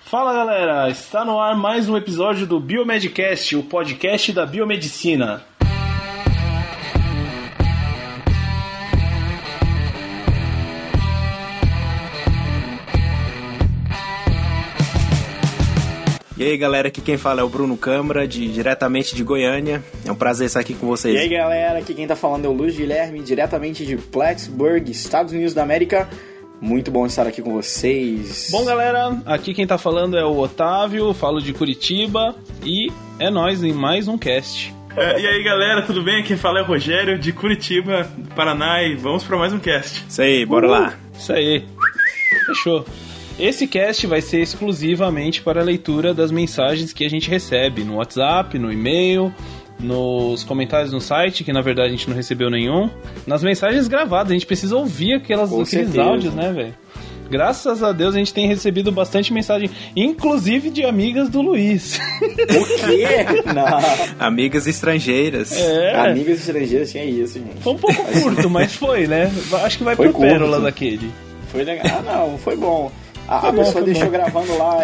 Fala galera, está no ar mais um episódio do Biomedcast, o podcast da biomedicina. E aí galera, aqui quem fala é o Bruno Câmara, diretamente de Goiânia. É um prazer estar aqui com vocês. E aí galera, aqui quem tá falando é o Luiz Guilherme, diretamente de Plattsburgh, Estados Unidos da América. Muito bom estar aqui com vocês. Bom galera, aqui quem tá falando é o Otávio, falo de Curitiba e é nóis em mais um cast. E aí galera, tudo bem? Quem fala é o Rogério de Curitiba, Paraná, e vamos para mais um cast. Isso aí, bora lá. Isso aí, fechou. Esse cast vai ser exclusivamente para a leitura das mensagens que a gente recebe no WhatsApp, no e-mail, nos comentários no site, que na verdade a gente não recebeu nenhum, nas mensagens gravadas. A gente precisa ouvir aqueles áudios, né, velho? Graças a Deus a gente tem recebido bastante mensagem, inclusive de amigas do Luiz. O quê? Não. Amigas estrangeiras. Amigas estrangeiras, tinha isso, gente. Foi um pouco curto, mas foi, né? Acho que vai foi pro curto. Pérola daquele. Foi legal. Não, foi bom. A pessoa deixou gravando lá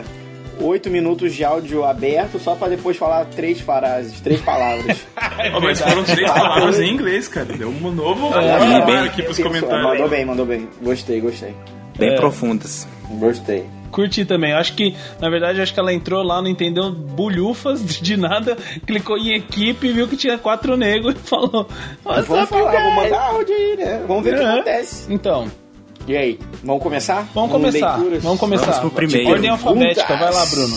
8 minutos de áudio aberto só pra depois falar 3 frases, 3 palavras. Mas foram 3 palavras em inglês, cara. Deu um novo bem aqui pros comentários. Mandou bem. Gostei. Bem profundas. Gostei. Curti também. Acho que ela entrou lá, não entendeu bulhufas de nada, clicou em equipe e viu que tinha 4 negros e falou: vamos mandar áudio aí, né? Vamos ver o que acontece. Então. E aí, vamos começar? Vamos começar. Vamos pro primeiro. Ordem alfabética, vai lá, Bruno.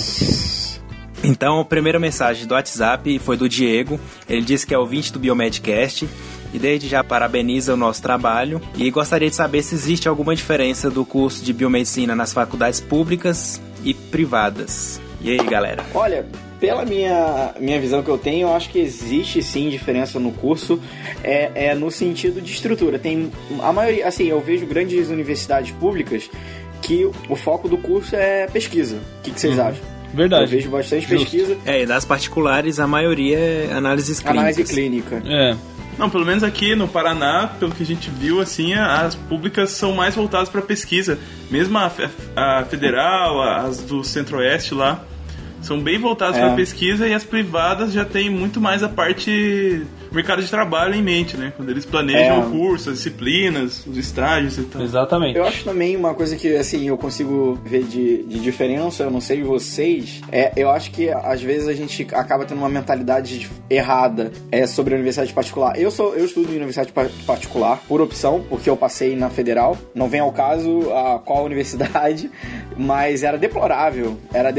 Então, a primeira mensagem do WhatsApp foi do Diego. Ele disse que é ouvinte do Biomedcast e desde já parabeniza o nosso trabalho e gostaria de saber se existe alguma diferença do curso de biomedicina nas faculdades públicas e privadas. E aí, galera? Olha, pela minha visão que eu tenho, eu acho que existe sim diferença no curso, no sentido de estrutura. Tem a maioria, assim, eu vejo grandes universidades públicas que o foco do curso é pesquisa. O que vocês acham? Verdade. Eu vejo bastante pesquisa. E das particulares a maioria é análises clínicas. Análise clínica. Não, pelo menos aqui no Paraná, pelo que a gente viu, assim, as públicas são mais voltadas para pesquisa. Mesmo a federal, as do Centro-Oeste lá, são bem voltadas para pesquisa, e as privadas já tem muito mais a parte mercado de trabalho em mente, né? Quando eles planejam o curso, as disciplinas, os estágios e tal. Exatamente. Eu acho também uma coisa que, assim, eu consigo ver de diferença, eu não sei vocês, eu acho que às vezes a gente acaba tendo uma mentalidade errada sobre a universidade particular. Eu estudo em universidade particular por opção, porque eu passei na federal, não vem ao caso a qual universidade, mas era deplorável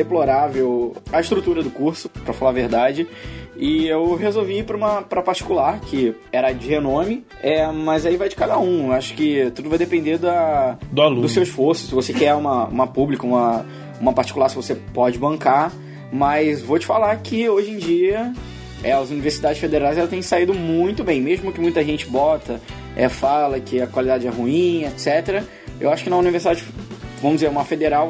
a estrutura do curso, pra falar a verdade. E eu resolvi ir pra particular, que era de renome, mas aí vai de cada um. Acho que tudo vai depender do seu esforço. Se você quer uma pública, uma particular, se você pode bancar. Mas vou te falar que hoje em dia as universidades federais elas têm saído muito bem. Mesmo que muita gente fala que a qualidade é ruim, etc. Eu acho que na universidade, vamos dizer, uma federal,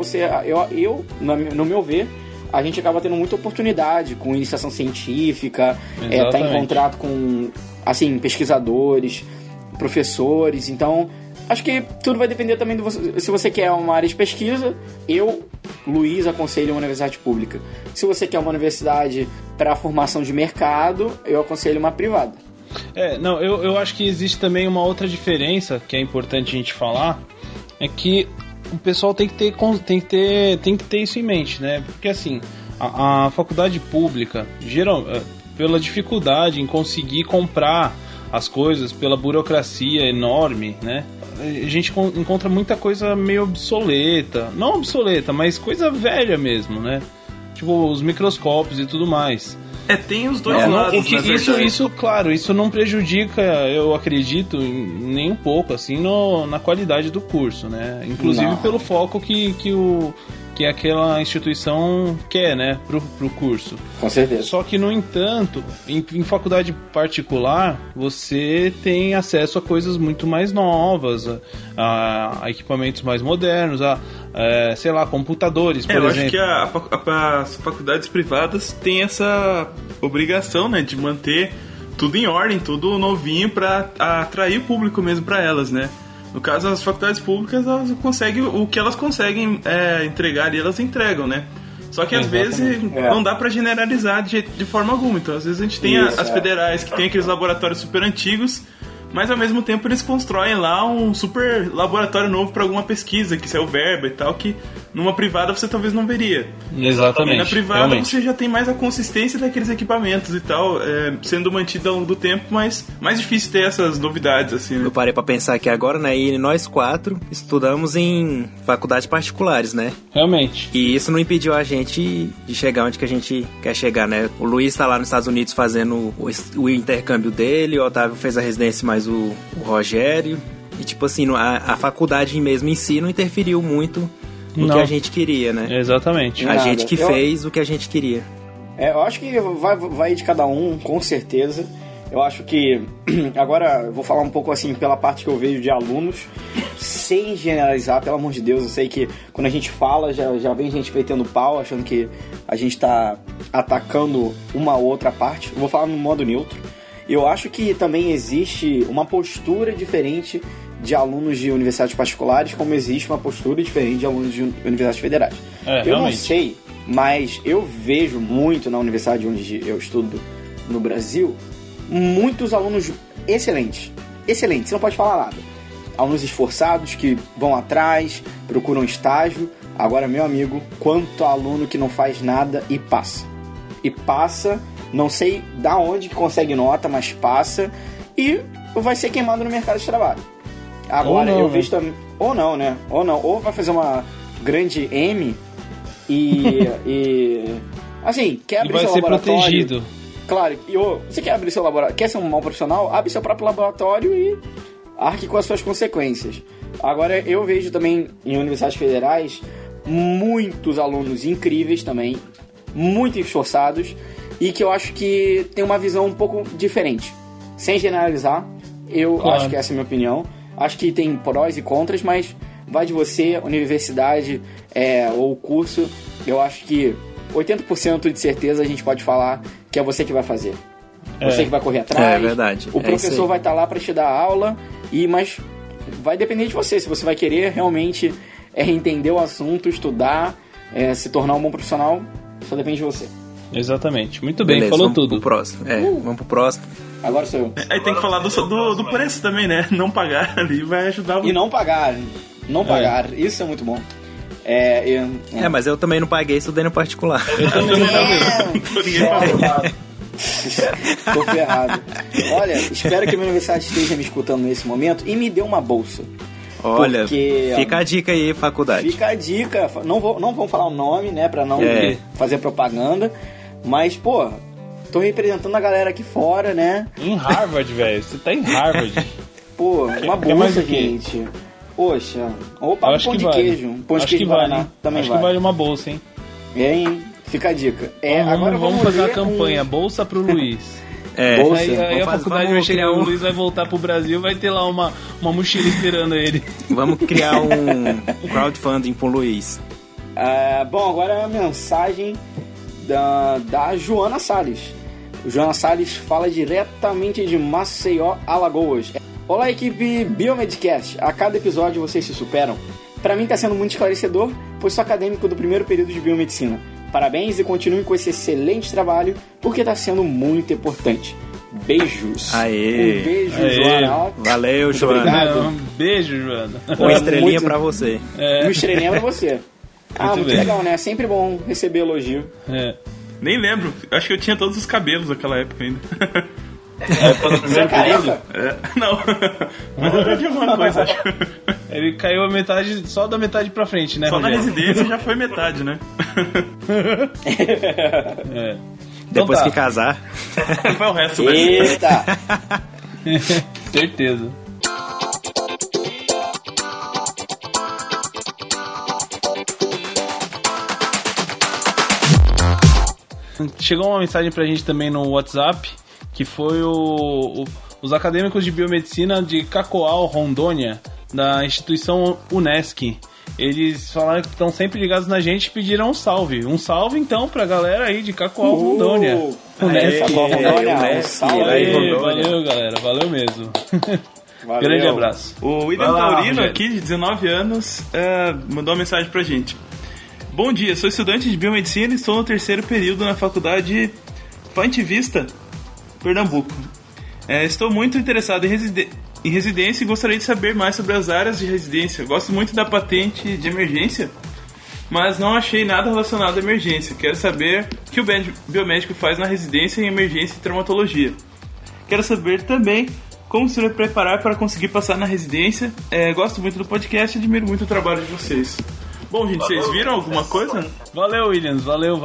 no meu ver, a gente acaba tendo muita oportunidade com iniciação científica, tá em contrato com, assim, pesquisadores, professores. Então, acho que tudo vai depender também se você quer uma área de pesquisa. Eu, Luiz, aconselho uma universidade pública. Se você quer uma universidade para formação de mercado, eu aconselho uma privada. Eu acho que existe também uma outra diferença que é importante a gente falar, é que o pessoal tem que ter isso em mente, né? Porque assim, a faculdade pública, pela dificuldade em conseguir comprar as coisas, pela burocracia enorme, né? A gente encontra muita coisa meio obsoleta. Não obsoleta, mas coisa velha mesmo, né? Tipo, os microscópios e tudo mais. Tem os dois lados, isso, claro, isso não prejudica, eu acredito, nem um pouco, assim, na qualidade do curso, né? Inclusive pelo foco que aquela instituição quer, né, pro curso. Com certeza. Só que, no entanto, em faculdade particular, você tem acesso a coisas muito mais novas, a equipamentos mais modernos, sei lá, computadores, por exemplo. Eu acho que as faculdades privadas têm essa obrigação, né, de manter tudo em ordem, tudo novinho, para atrair o público mesmo para elas, né? No caso, as faculdades públicas, elas conseguem o que elas conseguem entregar ali, elas entregam, né? Só que às vezes não dá pra generalizar de forma alguma. Então, às vezes a gente tem as federais que tem aqueles laboratórios super antigos, mas ao mesmo tempo eles constroem lá um super laboratório novo para alguma pesquisa, que isso é o verba e tal, que numa privada você talvez não veria. Exatamente. E na privada realmente você já tem mais a consistência daqueles equipamentos e tal, sendo mantido ao longo do tempo, mas mais difícil ter essas novidades, assim, né? Eu parei pra pensar aqui agora, né, e nós 4 estudamos em faculdades particulares, né? Realmente. E isso não impediu a gente de chegar onde que a gente quer chegar, né? O Luiz tá lá nos Estados Unidos fazendo o intercâmbio dele, o Otávio fez a residência mais o Rogério, e tipo assim, a faculdade mesmo em si não interferiu muito no que a gente queria, né? Exatamente. A gente que fez o que a gente queria. Eu acho que vai de cada um, com certeza. Eu acho que... Agora, eu vou falar um pouco assim, pela parte que eu vejo de alunos, sem generalizar, pelo amor de Deus. Eu sei que quando a gente fala, já vem gente metendo pau, achando que a gente tá atacando uma ou outra parte. Eu vou falar no modo neutro. Eu acho que também existe uma postura diferente de alunos de universidades particulares, como existe uma postura diferente de alunos de universidades federais. Eu não sei, mas eu vejo muito na universidade onde eu estudo no Brasil, muitos alunos excelentes, você não pode falar nada. Alunos esforçados que vão atrás, procuram estágio. Agora, meu amigo, quanto aluno que não faz nada e passa, não sei da onde que consegue nota, mas passa e vai ser queimado no mercado de trabalho. Agora, eu vejo também... Ou não, né? Ou vai fazer uma grande M e assim, quer abrir seu laboratório... vai ser protegido. Claro, você quer abrir seu laboratório... Quer ser um mau profissional? Abre seu próprio laboratório e arque com as suas consequências. Agora, eu vejo também em universidades federais muitos alunos incríveis também, muito esforçados, e que eu acho que tem uma visão um pouco diferente. Sem generalizar, eu acho que essa é a minha opinião. Acho que tem prós e contras, mas vai de você, universidade ou curso. Eu acho que 80% de certeza a gente pode falar que é você que vai fazer. Você que vai correr atrás. É verdade. O professor vai estar lá para te dar aula, mas vai depender de você. Se você vai querer realmente entender o assunto, estudar, se tornar um bom profissional, só depende de você. Exatamente. Muito bem, beleza, falou vamos tudo. Pro próximo. Vamos pro próximo. Agora sou eu. Aí tem que falar do preço também, né? Não pagar ali vai ajudar. E não pagar. Isso é muito bom. Mas eu também não paguei, estudei no particular. Eu também não paguei. Tô ferrado. Olha, espero que a minha universidade esteja me escutando nesse momento e me dê uma bolsa. Olha, porque, fica a dica aí, faculdade. Fica a dica. Não vamos falar o nome, né? Pra não fazer propaganda. Mas, pô, tô representando a galera aqui fora, né? Em Harvard, velho. Você tá em Harvard. Pô, uma bolsa, gente. Poxa. Ou paga um pão de queijo. Um pão de queijo Guaraná também vale. Acho que vale uma bolsa, hein? Hein? Fica a dica. Agora vamos fazer a campanha. Bolsa pro Luiz. Bolsa. Aí a faculdade vai chegar, o Luiz vai voltar pro Brasil, vai ter lá uma mochila esperando ele. Vamos criar um crowdfunding pro Luiz. Bom, agora a mensagem da Joana Salles. Joana Salles fala diretamente de Maceió, Alagoas. Olá, equipe Biomedcast. A cada episódio vocês se superam. Pra mim tá sendo muito esclarecedor, pois sou acadêmico do primeiro período de biomedicina. Parabéns e continuem com esse excelente trabalho, porque tá sendo muito importante. Beijos. Aê. Um beijo, Joana. Valeu, Joana. Um beijo, Joana. Uma estrelinha pra você. Uma estrelinha pra você. Muito legal, né? É sempre bom receber elogio. Nem lembro. Acho que eu tinha todos os cabelos naquela época ainda. Você é careca? Não. Mas eu perdi alguma coisa, acho. Ele caiu a metade, só da metade pra frente, né, Só Rogério? na residência já foi metade, né? Depois que casar. Foi o resto, né? Eita! Certeza. Chegou uma mensagem pra gente também no WhatsApp, que foi os acadêmicos de biomedicina de Cacoal, Rondônia, da instituição UNESCO. Eles falaram que estão sempre ligados na gente e pediram um salve. Um salve, então, pra galera aí de Cacoal, Rondônia. UNESCO. Valeu, galera. Valeu mesmo. Valeu. Grande abraço. O William Taurino, aqui de 19 anos, mandou uma mensagem pra gente. Bom dia, sou estudante de biomedicina e estou no 3º período na faculdade Fonte Vista, Pernambuco. Estou muito interessado em residência e gostaria de saber mais sobre as áreas de residência. Gosto muito da patente de emergência, mas não achei nada relacionado à emergência. Quero saber o que o biomédico faz na residência em emergência e traumatologia. Quero saber também como se preparar para conseguir passar na residência. Gosto muito do podcast e admiro muito o trabalho de vocês. Bom, gente, vocês viram alguma coisa? Valeu, Williams, valeu.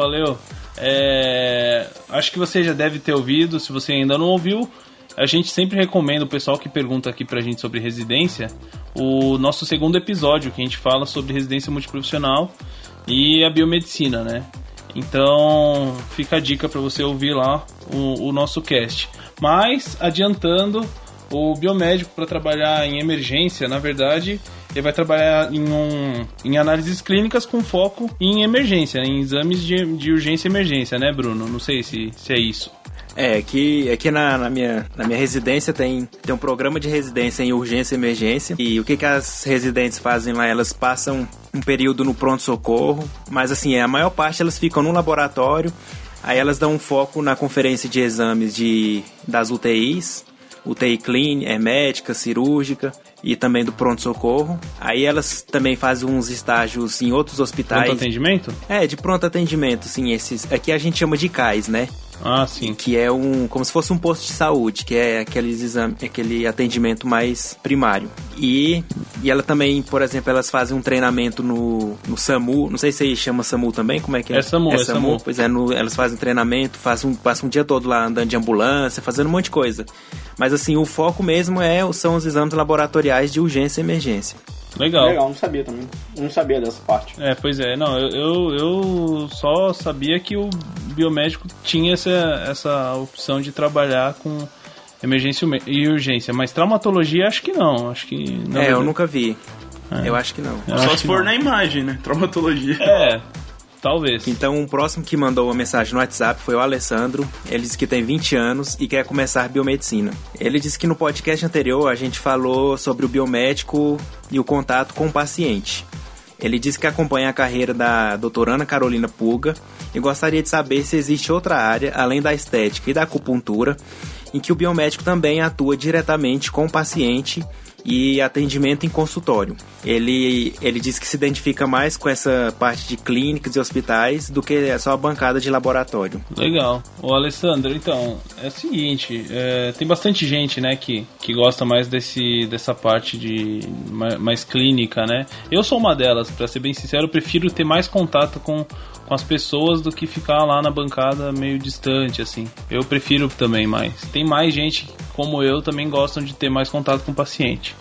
Acho que você já deve ter ouvido. Se você ainda não ouviu, a gente sempre recomenda o pessoal que pergunta aqui pra gente sobre residência, o nosso 2º episódio, que a gente fala sobre residência multiprofissional e a biomedicina, né? Então fica a dica para você ouvir lá o nosso cast. Mas, adiantando, o biomédico para trabalhar em emergência, na verdade, ele vai trabalhar em análises clínicas com foco em emergência, em exames de urgência e emergência, né, Bruno? Não sei se é isso. Aqui na minha residência tem um programa de residência em urgência e emergência. E o que as residentes fazem lá? Elas passam um período no pronto-socorro, mas assim, a maior parte elas ficam no laboratório. Aí elas dão um foco na conferência de exames das UTIs, UTI clínica, médica, cirúrgica e também do pronto-socorro. Aí elas também fazem uns estágios em outros hospitais. Pronto atendimento? De pronto atendimento, sim. Aqui a gente chama de CAIS, né? Ah, sim. Que é como se fosse um posto de saúde, que é aquele atendimento mais primário. E ela também, por exemplo, elas fazem um treinamento no SAMU, não sei se aí chama SAMU também, como é que é? É SAMU. Pois elas fazem treinamento, passam um dia todo lá andando de ambulância, fazendo um monte de coisa. Mas assim, o foco mesmo são os exames laboratoriais de urgência e emergência. Legal, não sabia também. Não sabia dessa parte. Pois é, não, eu só sabia que o biomédico tinha essa opção de trabalhar com emergência e urgência, mas traumatologia acho que não, eu nunca vi. Eu acho que não. Só se for na imagem, né? Traumatologia. Talvez. Então, o próximo que mandou uma mensagem no WhatsApp foi o Alessandro. Ele disse que tem 20 anos e quer começar biomedicina. Ele disse que no podcast anterior a gente falou sobre o biomédico e o contato com o paciente. Ele disse que acompanha a carreira da doutora Ana Carolina Pulga e gostaria de saber se existe outra área, além da estética e da acupuntura, em que o biomédico também atua diretamente com o paciente e atendimento em consultório. Ele disse que se identifica mais com essa parte de clínicas e hospitais do que só a bancada de laboratório. Legal. Ô Alessandro, então, é o seguinte, tem bastante gente, né, que gosta mais dessa parte de mais clínica, né? Eu sou uma delas, pra ser bem sincero, eu prefiro ter mais contato com as pessoas do que ficar lá na bancada meio distante, assim. Eu prefiro também mais. Tem mais gente como eu também gostam de ter mais contato com o paciente.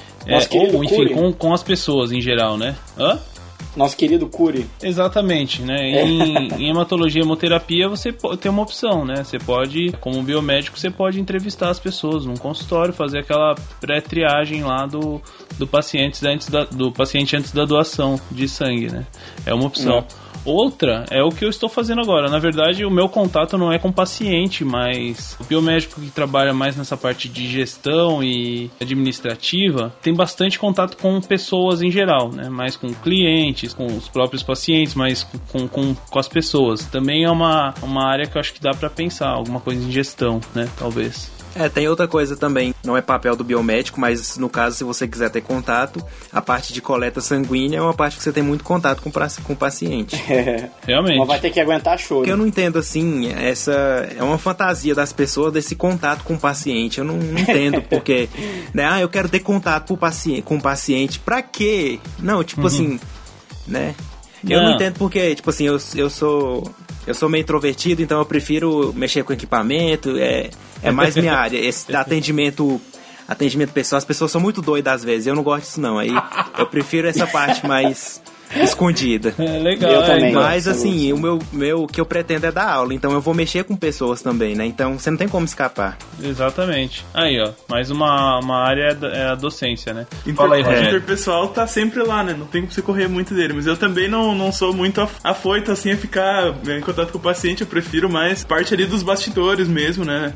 Ou, enfim, com as pessoas em geral, né? Hã? Nosso querido Cury. Exatamente, né? Em hematologia e hemoterapia você tem uma opção, né? Você pode, como biomédico, você pode entrevistar as pessoas num consultório, fazer aquela pré-triagem lá do paciente antes da doação de sangue, né? É uma opção. Outra é o que eu estou fazendo agora. Na verdade, o meu contato não é com o paciente, mas o biomédico que trabalha mais nessa parte de gestão e administrativa tem bastante contato com pessoas em geral, né? Mais com clientes, com os próprios pacientes, mas com as pessoas. Também é uma área que eu acho que dá para pensar, alguma coisa em gestão, né? Talvez. Tem outra coisa também, não é papel do biomédico, mas no caso, se você quiser ter contato, a parte de coleta sanguínea é uma parte que você tem muito contato com o paciente. Realmente. Mas vai ter que aguentar choro. Porque eu não entendo, assim, essa é uma fantasia das pessoas desse contato com o paciente. Eu não entendo, porque, né, eu quero ter contato com o paciente, pra quê? Não, tipo assim, né? Eu não entendo porque, tipo assim, eu sou meio introvertido, então eu prefiro mexer com equipamento, é mais minha área. Esse atendimento pessoal, as pessoas são muito doidas às vezes, eu não gosto disso não. Aí eu prefiro essa parte mais escondida. Legal. Eu também. Mas assim, o que eu pretendo é dar aula, então eu vou mexer com pessoas também, né? Então você não tem como escapar. Exatamente. Aí, ó, mais uma área é a docência, né? Fala aí, Rogério. O interpessoal tá sempre lá, né? Não tem como você correr muito dele, mas eu também não sou muito afoito assim a ficar em contato com o paciente, eu prefiro mais parte ali dos bastidores mesmo, né?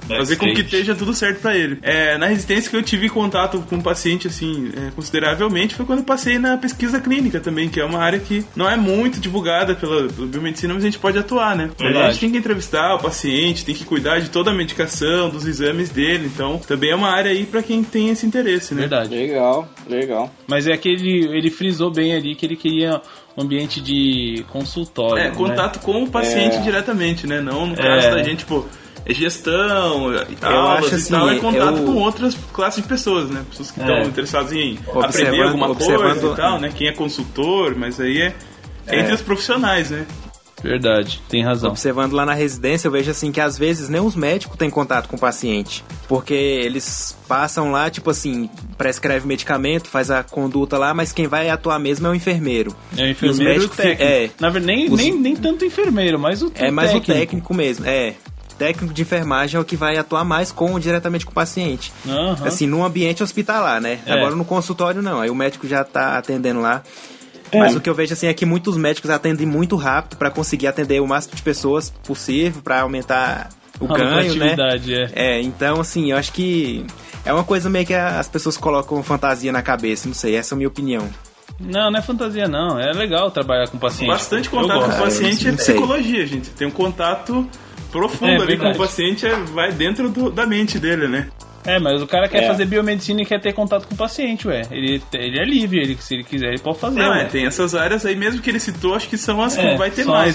fazer com que esteja tudo certo pra ele. Na residência que eu tive contato com um paciente, assim, consideravelmente, foi quando eu passei na pesquisa clínica também, que é uma área que não é muito divulgada pela biomedicina, mas a gente pode atuar, né? A gente tem que entrevistar o paciente, tem que cuidar de toda a medicação, dos exames dele, então também é uma área aí pra quem tem esse interesse, né? Verdade. Legal. Mas é que ele frisou bem ali que ele queria um ambiente de consultório. Contato com o paciente diretamente, né? Não no caso da gente, tipo, gestão, aulas assim, e tal, é contato com outras classes de pessoas, né? Pessoas que estão interessadas em aprender alguma coisa e tal, né? Quem é consultor, mas aí entre os profissionais, né? Verdade, tem razão. Observando lá na residência, eu vejo assim que às vezes nem os médicos têm contato com o paciente, porque eles passam lá, tipo assim, prescreve medicamento, faz a conduta lá, mas quem vai atuar mesmo é o enfermeiro. É o enfermeiro e o técnico. Na verdade, nem tanto o enfermeiro, mas o técnico. É mais o técnico mesmo, técnico de enfermagem é o que vai atuar mais diretamente com o paciente. Assim, num ambiente hospitalar, né? Agora no consultório não, aí o médico já tá atendendo lá. Mas o que eu vejo assim é que muitos médicos atendem muito rápido para conseguir atender o máximo de pessoas possível, para aumentar o ganho, né? Então assim, eu acho que é uma coisa meio que as pessoas colocam fantasia na cabeça, não sei, essa é a minha opinião. Não é fantasia não, é legal trabalhar com o paciente. Bastante contato com o paciente é psicologia, gente. Tem um contato profundo ali com o paciente, vai dentro da mente dele, né? Mas o cara quer fazer biomedicina e quer ter contato com o paciente, Ele é livre, se ele quiser, ele pode fazer. Tem essas áreas aí mesmo que ele citou, acho que são as que vai ter mais.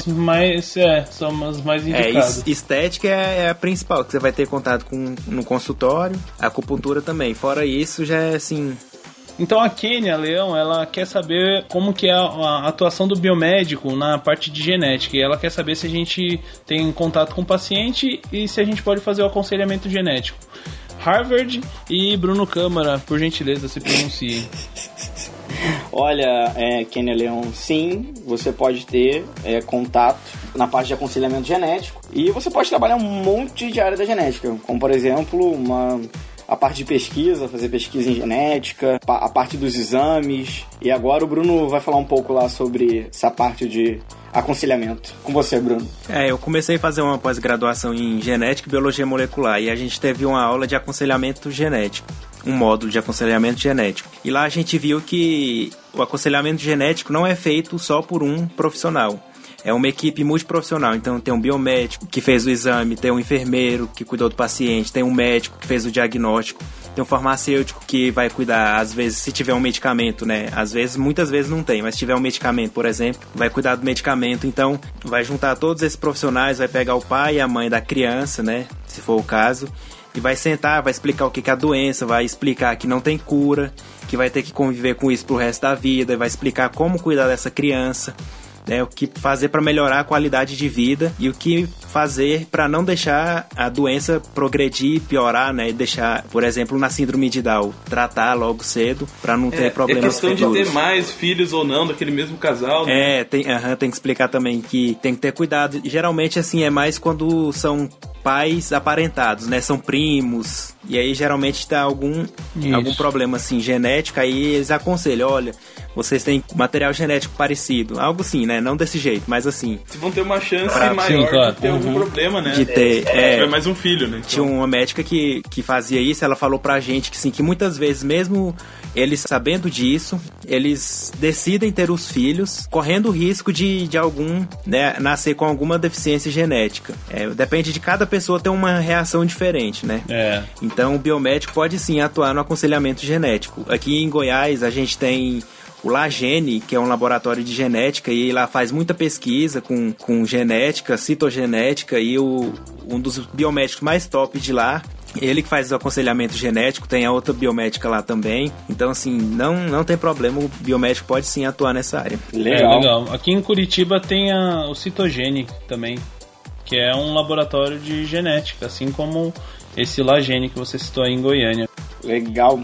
São as mais indicadas. Estética é a principal, que você vai ter contato no consultório, a acupuntura também. Fora isso, já é assim... Então a Kênia Leão, ela quer saber como que é a atuação do biomédico na parte de genética. E ela quer saber se a gente tem contato com o paciente e se a gente pode fazer o aconselhamento genético. Harvard e Bruno Câmara, por gentileza, se pronunciem. Olha, Kênia Leão, sim, você pode ter contato na parte de aconselhamento genético e você pode trabalhar um monte de área da genética, como por exemplo, a parte de pesquisa, fazer pesquisa em genética, a parte dos exames. E agora o Bruno vai falar um pouco lá sobre essa parte de aconselhamento. Com você, Bruno. Eu comecei a fazer uma pós-graduação em genética e biologia molecular e a gente teve uma aula de aconselhamento genético, um módulo de aconselhamento genético. E lá a gente viu que o aconselhamento genético não é feito só por um profissional. É uma equipe multiprofissional, então tem um biomédico que fez o exame, tem um enfermeiro que cuidou do paciente, tem um médico que fez o diagnóstico, tem um farmacêutico que vai cuidar, às vezes, se tiver um medicamento, né? Muitas vezes não tem, mas se tiver um medicamento, por exemplo, vai cuidar do medicamento, então vai juntar todos esses profissionais, vai pegar o pai e a mãe da criança, né? Se for o caso, e vai sentar, vai explicar o que é a doença, vai explicar que não tem cura, que vai ter que conviver com isso pro resto da vida, vai explicar como cuidar dessa criança, o que fazer para melhorar a qualidade de vida e o que fazer para não deixar a doença progredir, piorar, né? E deixar, por exemplo, na síndrome de Down, tratar logo cedo para não ter problemas futuros. É questão de ter mais filhos ou não daquele mesmo casal, né? Tem que explicar também que tem que ter cuidado. Geralmente, assim, é mais quando são pais aparentados, né? São primos. E aí, geralmente, tá algum problema, assim, genético. Aí eles aconselham, olha, vocês têm material genético parecido. Algo assim, né? Não desse jeito, mas assim. Vocês vão ter uma chance maior de ter algum problema, né? De ter, tiver mais um filho, né? Então. Tinha uma médica que fazia isso, ela falou pra gente que, assim, que muitas vezes, mesmo eles sabendo disso, eles decidem ter os filhos, correndo o risco de algum, né, nascer com alguma deficiência genética. Depende de cada pessoa ter uma reação diferente, né? Então o biomédico pode sim atuar no aconselhamento genético. Aqui em Goiás a gente tem o Lagene, que é um laboratório de genética, e lá faz muita pesquisa com genética, citogenética, e um dos biomédicos mais top de lá, ele que faz o aconselhamento genético, tem a outra biomédica lá também. Então, assim, não tem problema, o biomédico pode sim atuar nessa área. Legal. Aqui em Curitiba tem o Citogene também, que é um laboratório de genética, assim como esse Lagene que você citou aí em Goiânia. Legal.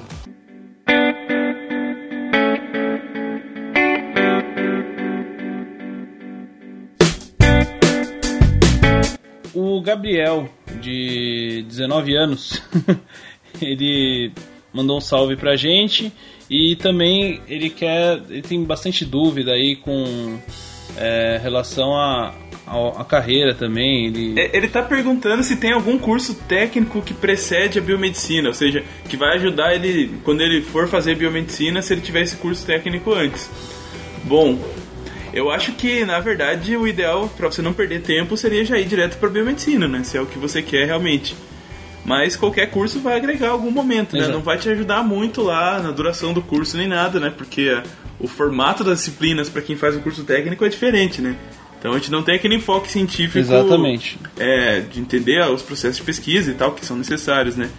O Gabriel, de 19 anos, ele mandou um salve pra gente e também ele tem bastante dúvida aí com relação a a carreira também. Ele tá perguntando se tem algum curso técnico que precede a biomedicina, ou seja, que vai ajudar ele, quando ele for fazer biomedicina, se ele tiver esse curso técnico antes. Bom, eu acho que, na verdade, o ideal para você não perder tempo seria já ir direto para biomedicina, né? Se é o que você quer realmente. Mas qualquer curso vai agregar algum momento, né? Não vai te ajudar muito lá na duração do curso nem nada, né? Porque o formato das disciplinas para quem faz o curso técnico é diferente, né? Então a gente não tem aquele enfoque científico. Exatamente. De entender os processos de pesquisa e tal que são necessários, né?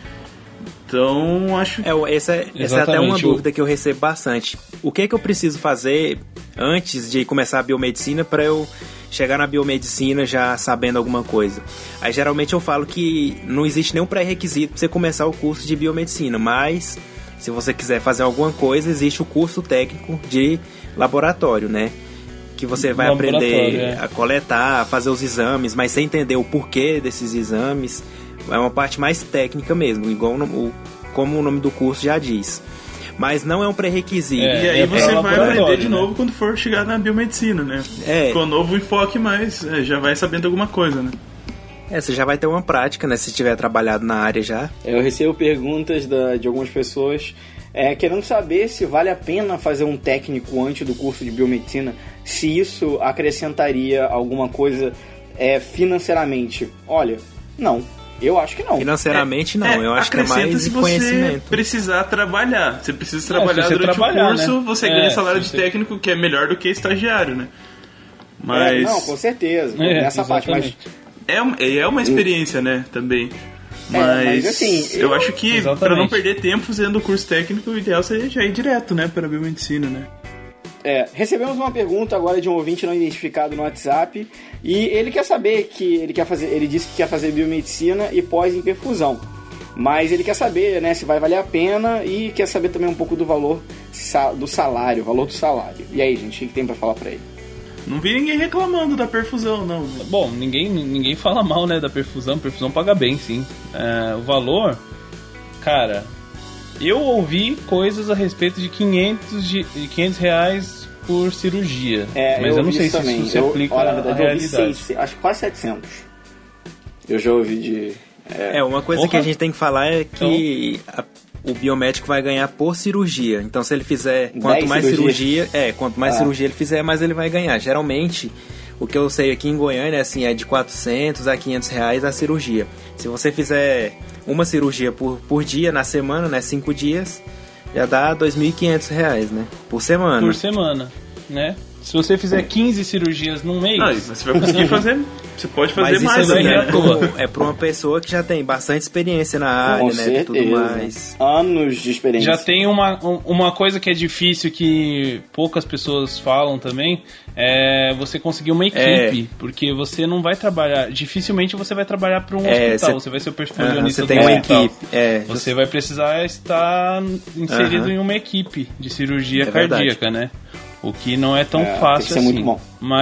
Então, acho que... Essa é até uma dúvida que eu recebo bastante. O que é que eu preciso fazer antes de começar a biomedicina para eu chegar na biomedicina já sabendo alguma coisa? Aí, geralmente, eu falo que não existe nenhum pré-requisito para você começar o curso de biomedicina, mas se você quiser fazer alguma coisa, existe o curso técnico de laboratório, né? Que você vai aprender a coletar, a fazer os exames, mas sem entender o porquê desses exames. É uma parte mais técnica mesmo, igual como o nome do curso já diz. Mas não é um pré-requisito. E aí você vai aprender de novo, né? Quando for chegar na biomedicina, né? Com um novo enfoque, mas já vai sabendo alguma coisa, né? Você já vai ter uma prática, né? Se tiver trabalhado na área já. Eu recebo perguntas de algumas pessoas querendo saber se vale a pena fazer um técnico antes do curso de biomedicina, se isso acrescentaria alguma coisa financeiramente. Olha, não. Eu acho que não. Financeiramente não, eu acho que é mais conhecimento. Se você precisar trabalhar, você precisa trabalhar durante o curso, né? Você ganha salário de técnico, que é melhor do que estagiário, né? Mas... não, com certeza, nessa parte, mas... É uma experiência, né, também. Mas assim, eu acho que para não perder tempo fazendo o curso técnico, o ideal seria já ir direto, né, para a biomedicina, né? Recebemos uma pergunta agora de um ouvinte não identificado no WhatsApp e ele quer saber ele disse que quer fazer biomedicina e pós em perfusão, mas ele quer saber, né, se vai valer a pena e quer saber também um pouco do valor do salário, E aí, gente, o que tem pra falar pra ele? Não vi ninguém reclamando da perfusão, não. Bom, ninguém fala mal, né, da perfusão. Perfusão paga bem, sim. O valor, cara... Eu ouvi coisas a respeito de 500 reais por cirurgia. Mas eu não sei se isso se aplica à realidade. Acho que quase 700. Eu já ouvi de... uma coisa que a gente tem que falar é que o biomédico vai ganhar por cirurgia. Então, se ele fizer... Quanto mais cirurgia ele fizer, mais ele vai ganhar. Geralmente... O que eu sei aqui em Goiânia assim, é de 400 a 500 reais a cirurgia. Se você fizer uma cirurgia por dia na semana, né, 5 dias, já dá 2.500 reais, né, por semana. Por semana, né? Se você fizer 15 cirurgias num mês... você vai conseguir fazer... Você pode fazer mas mais, isso né? É pra uma pessoa que já tem bastante experiência na área, com certeza. Tudo mais. Anos de experiência. Já tem uma coisa que é difícil, que poucas pessoas falam também, é você conseguir uma equipe, porque você não vai trabalhar... Dificilmente você vai trabalhar para um hospital, você vai ser o perfusionista do hospital. Você vai precisar estar inserido em uma equipe de cirurgia cardíaca, né? O que não é tão fácil assim. Muito bom.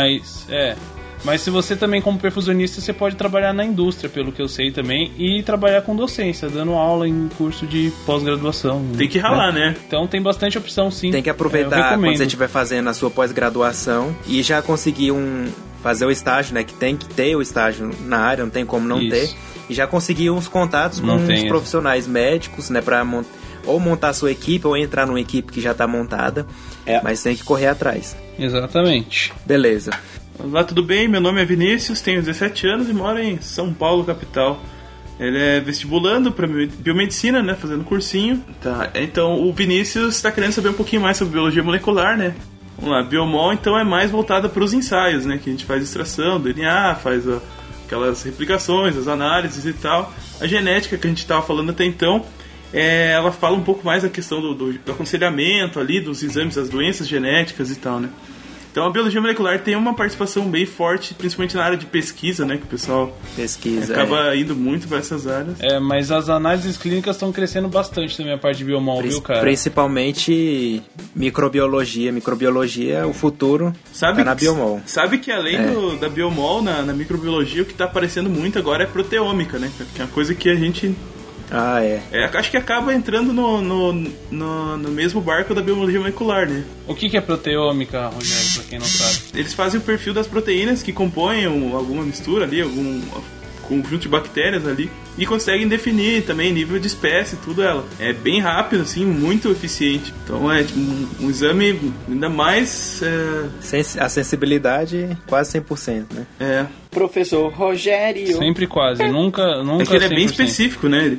Mas se você também, como perfusionista, você pode trabalhar na indústria, pelo que eu sei também, e trabalhar com docência, dando aula em curso de pós-graduação. Tem que ralar, né? Então tem bastante opção, sim. Tem que aproveitar quando você estiver fazendo a sua pós-graduação e já conseguir fazer o estágio, né? Que tem que ter o estágio na área, não tem como não ter. E já conseguir uns contatos com os profissionais médicos, né? Pra ou montar a sua equipe, ou entrar numa equipe que já está montada. Mas tem que correr atrás. Exatamente. Beleza. Olá, tudo bem? Meu nome é Vinícius, tenho 17 anos e moro em São Paulo, capital. Ele é vestibulando para biomedicina, né? Fazendo cursinho. Então, o Vinícius está querendo saber um pouquinho mais sobre biologia molecular, né? Vamos lá, biomol, então, é mais voltada para os ensaios, né? Que a gente faz extração do DNA, faz aquelas replicações, as análises e tal. A genética que a gente estava falando até então, ela fala um pouco mais da questão do aconselhamento ali, dos exames das doenças genéticas e tal, né? Então a biologia molecular tem uma participação bem forte, principalmente na área de pesquisa, né? Que o pessoal acaba indo muito para essas áreas. Mas as análises clínicas estão crescendo bastante também, a parte de biomol, viu, cara? Principalmente microbiologia. Microbiologia, o futuro tá na biomol. Sabe que além da biomol, na microbiologia, o que está aparecendo muito agora é proteômica, né? Que é uma coisa que a gente Ah, é. Acho que acaba entrando no mesmo barco da biologia molecular, né? O que é proteômica, Rogério, pra quem não sabe? Eles fazem o perfil das proteínas que compõem alguma mistura ali, algum conjunto de bactérias ali, e conseguem definir também nível de espécie, tudo ela. É bem rápido, assim, muito eficiente. Então é tipo, um exame ainda mais... A sensibilidade quase 100%, né? É. Professor Rogério. Sempre quase, nunca É que ele é 100%. bem específico, né?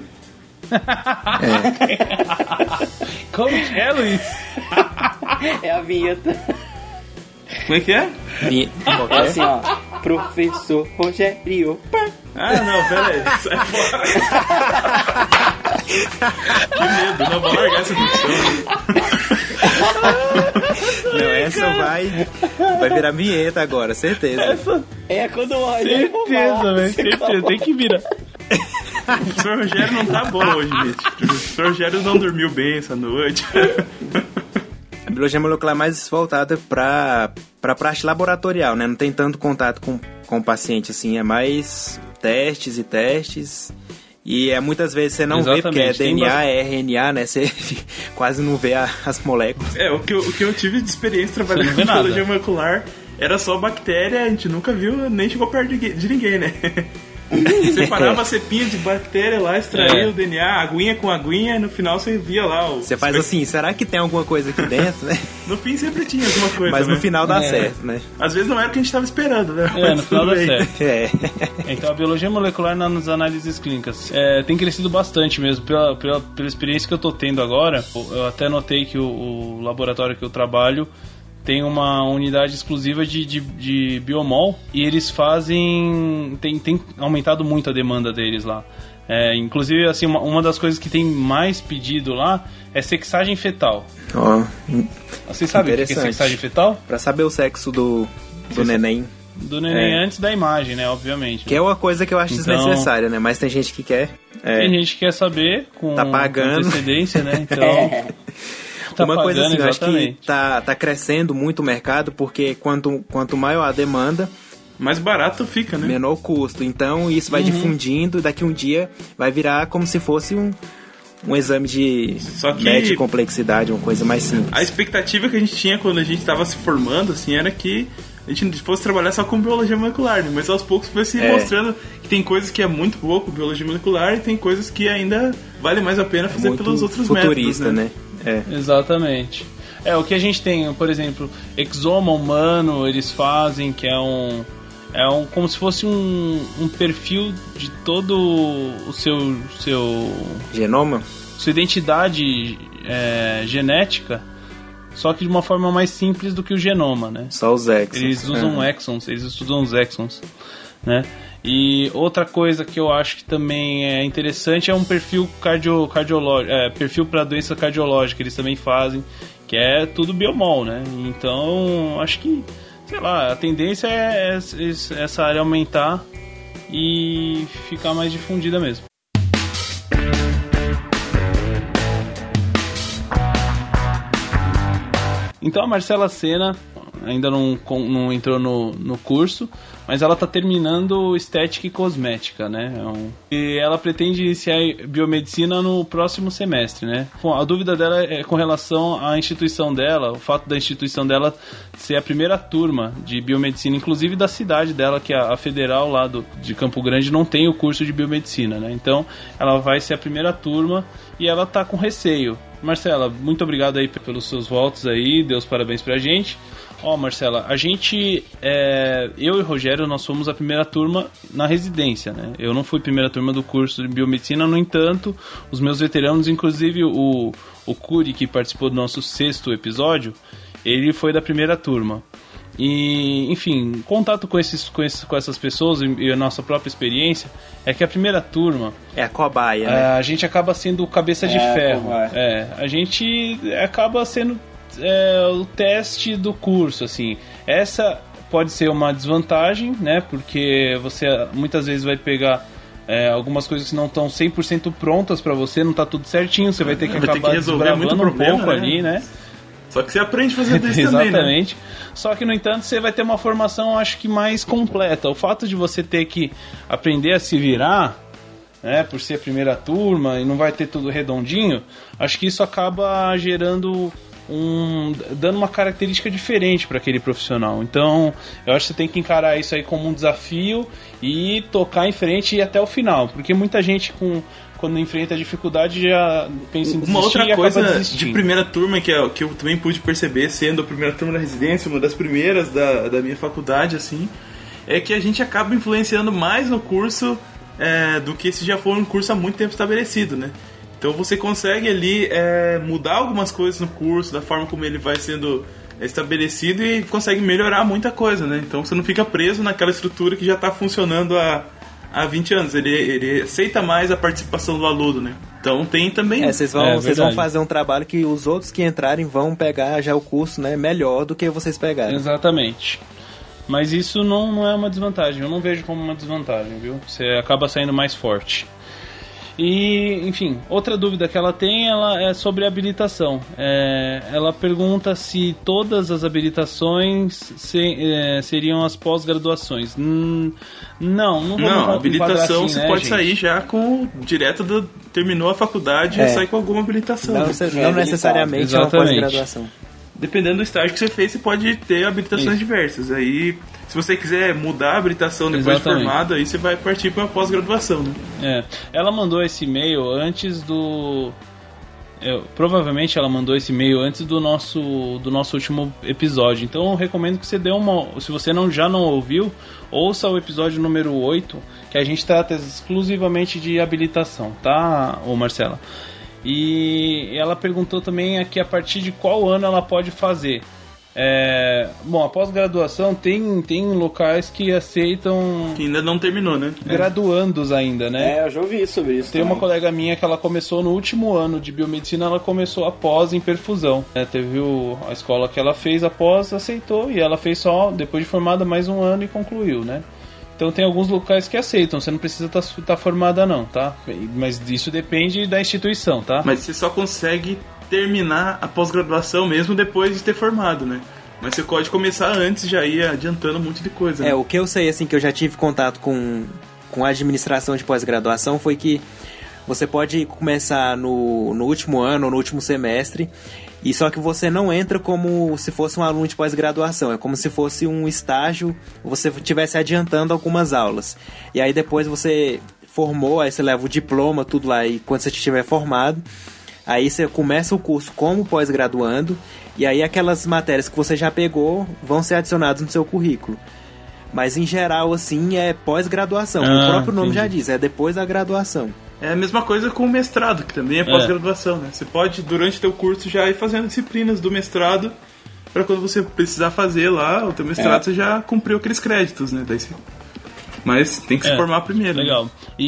Como que é, Luiz? É a vinheta. Como é que é? É assim, ó. Professor Rogério. Ah, não, pera aí. Sai fora. Que medo, não vou largar essa função. Não, essa vai virar vinheta agora, certeza. É quando o Rogério Certeza, velho, certeza, tem que virar. O professor Rogério não tá bom hoje, gente. O professor Rogério não dormiu bem essa noite. A biologia molecular é mais voltada pra parte laboratorial, né? Não tem tanto contato com o paciente, assim. É mais testes e testes. E muitas vezes você não vê, porque é DNA, é RNA, né? Você quase não vê as moléculas. O que eu tive de experiência trabalhando em biologia molecular era só bactéria, a gente nunca viu, nem chegou perto de ninguém, né? Você parava a cepinha de bactéria lá, extraía o DNA, aguinha com aguinha, e no final você via lá o... Você faz assim, será que tem alguma coisa aqui dentro, né? No fim sempre tinha alguma coisa, mas no né? final dá certo, né? Às vezes não era o que a gente estava esperando, né? No final dá certo. É. Então a biologia molecular nas análises clínicas tem crescido bastante mesmo, pela experiência que eu tô tendo agora. Eu até notei que o laboratório que eu trabalho tem uma unidade exclusiva de biomol, e eles fazem... Tem aumentado muito a demanda deles lá. Inclusive, assim, uma das coisas que tem mais pedido lá é sexagem fetal. Vocês sabem o que é sexagem fetal? Pra saber o sexo do neném. Do neném antes da imagem, né? Obviamente. Que é uma coisa que eu acho desnecessária, né? Mas tem gente que quer. Tem gente que quer saber com antecedência, né? Então... Uma coisa assim, eu acho que tá crescendo muito o mercado, porque quanto maior a demanda, mais barato fica, né? Menor o custo. Então isso vai difundindo, e daqui um dia vai virar como se fosse um exame de média complexidade, uma coisa mais simples. A expectativa que a gente tinha quando a gente estava se formando, assim, era que a gente fosse trabalhar só com biologia molecular, né? Mas aos poucos foi se mostrando que tem coisas que é muito boa com biologia molecular e tem coisas que ainda vale mais a pena fazer muito pelos outros futurista, métodos, né? Exatamente. O que a gente tem, por exemplo, exoma humano, eles fazem, que é como se fosse um perfil de todo o seu genoma, sua identidade genética, só que de uma forma mais simples do que o genoma, né? Só os exons. Eles usam exons, eles estudam os exons, né? E outra coisa que eu acho que também é interessante é um perfil cardiológico, perfil para doença cardiológica, eles também fazem, que é tudo biomol, né? Então, acho que, sei lá, a tendência é essa área aumentar e ficar mais difundida mesmo. Então a Marcela Sena ainda não entrou no curso, mas ela está terminando estética e cosmética, né? E ela pretende iniciar biomedicina no próximo semestre, né? Bom, a dúvida dela é com relação à instituição dela, o fato da instituição dela ser a primeira turma de biomedicina, inclusive da cidade dela, que a Federal lá de Campo Grande não tem o curso de biomedicina, né? Então ela vai ser a primeira turma e ela está com receio. Marcela, muito obrigado aí pelos seus votos aí, dê os parabéns pra gente. Marcela, a gente, eu e o Rogério, nós fomos a primeira turma na residência, né? Eu não fui primeira turma do curso de biomedicina, no entanto, os meus veteranos, inclusive o Curi, que participou do nosso 6º episódio, ele foi da primeira turma. E, enfim, contato com essas pessoas e a nossa própria experiência é que a primeira turma é a cobaia, né? A gente acaba sendo cabeça de ferro. A gente acaba sendo o teste do curso, assim. Essa pode ser uma desvantagem, né? Porque você muitas vezes vai pegar algumas coisas que não estão 100% prontas pra você, não tá tudo certinho, você vai ter que acabar desbravando um pouco, né? Ali, né? Só que você aprende a fazer isso também, né? Exatamente. Só que, no entanto, você vai ter uma formação, acho que mais completa. O fato de você ter que aprender a se virar né, por ser a primeira turma e não vai ter tudo redondinho, acho que isso acaba gerando dando uma característica diferente para aquele profissional. Então, eu acho que você tem que encarar isso aí como um desafio e tocar em frente e ir até o final, porque muita gente quando enfrenta a dificuldade já pensa em desistir. Uma outra coisa de primeira turma que eu também pude perceber, sendo a primeira turma da residência, uma das primeiras da minha faculdade, assim, é que a gente acaba influenciando mais no curso do que se já for um curso há muito tempo estabelecido, né? Então você consegue ali mudar algumas coisas no curso, da forma como ele vai sendo estabelecido, e consegue melhorar muita coisa, né? Então você não fica preso naquela estrutura que já está funcionando há 20 anos. Ele aceita mais a participação do aluno, né? Então tem também... Vocês vão fazer um trabalho que os outros que entrarem vão pegar já o curso, né, melhor do que vocês pegaram. Exatamente. Mas isso não é uma desvantagem. Eu não vejo como uma desvantagem, viu? Você acaba saindo mais forte. E, enfim, outra dúvida que ela tem é sobre habilitação. Ela pergunta se todas as habilitações seriam as pós-graduações. Não, a habilitação assim, você né, pode gente? sair já direto terminou a faculdade e sai com alguma habilitação. Não necessariamente é uma pós-graduação. Dependendo do estágio que você fez, você pode ter habilitações diversas. Aí, se você quiser mudar a habilitação depois de formado, aí você vai partir para uma pós-graduação, né? Ela mandou esse e-mail antes provavelmente ela mandou esse e-mail antes do nosso último episódio. Então eu recomendo que você dê se você já não ouviu, ouça o episódio número 8, que a gente trata exclusivamente de habilitação, tá, Marcela? E ela perguntou também aqui a partir de qual ano ela pode fazer. Bom, a pós-graduação tem locais que aceitam... Que ainda não terminou, né? Graduandos ainda, né? Eu já ouvi sobre isso. Tem uma colega minha que ela começou no último ano de biomedicina, ela começou a pós em perfusão. Teve a escola que ela fez a pós, aceitou, e ela fez só, depois de formada, mais um ano e concluiu, né? Então tem alguns locais que aceitam, você não precisa estar formada não, tá? Mas isso depende da instituição, tá? Mas você só consegue terminar a pós-graduação mesmo depois de ter formado, né? Mas você pode começar antes, já ir adiantando um monte de coisa, né? O que eu sei, assim, que eu já tive contato com a administração de pós-graduação foi que você pode começar no último ano ou no último semestre, e só que você não entra como se fosse um aluno de pós-graduação, é como se fosse um estágio, você estivesse adiantando algumas aulas. E aí depois você formou, aí você leva o diploma, tudo lá, e quando você estiver formado, aí você começa o curso como pós-graduando, e aí aquelas matérias que você já pegou vão ser adicionadas no seu currículo. Mas em geral, assim, é pós-graduação. O próprio nome já diz, é depois da graduação. É a mesma coisa com o mestrado, que também é pós-graduação, né? Você pode, durante o teu curso, já ir fazendo disciplinas do mestrado, para quando você precisar fazer lá o teu mestrado, você já cumpriu aqueles créditos, né? Daí você... Mas tem que se formar primeiro. Legal. Né?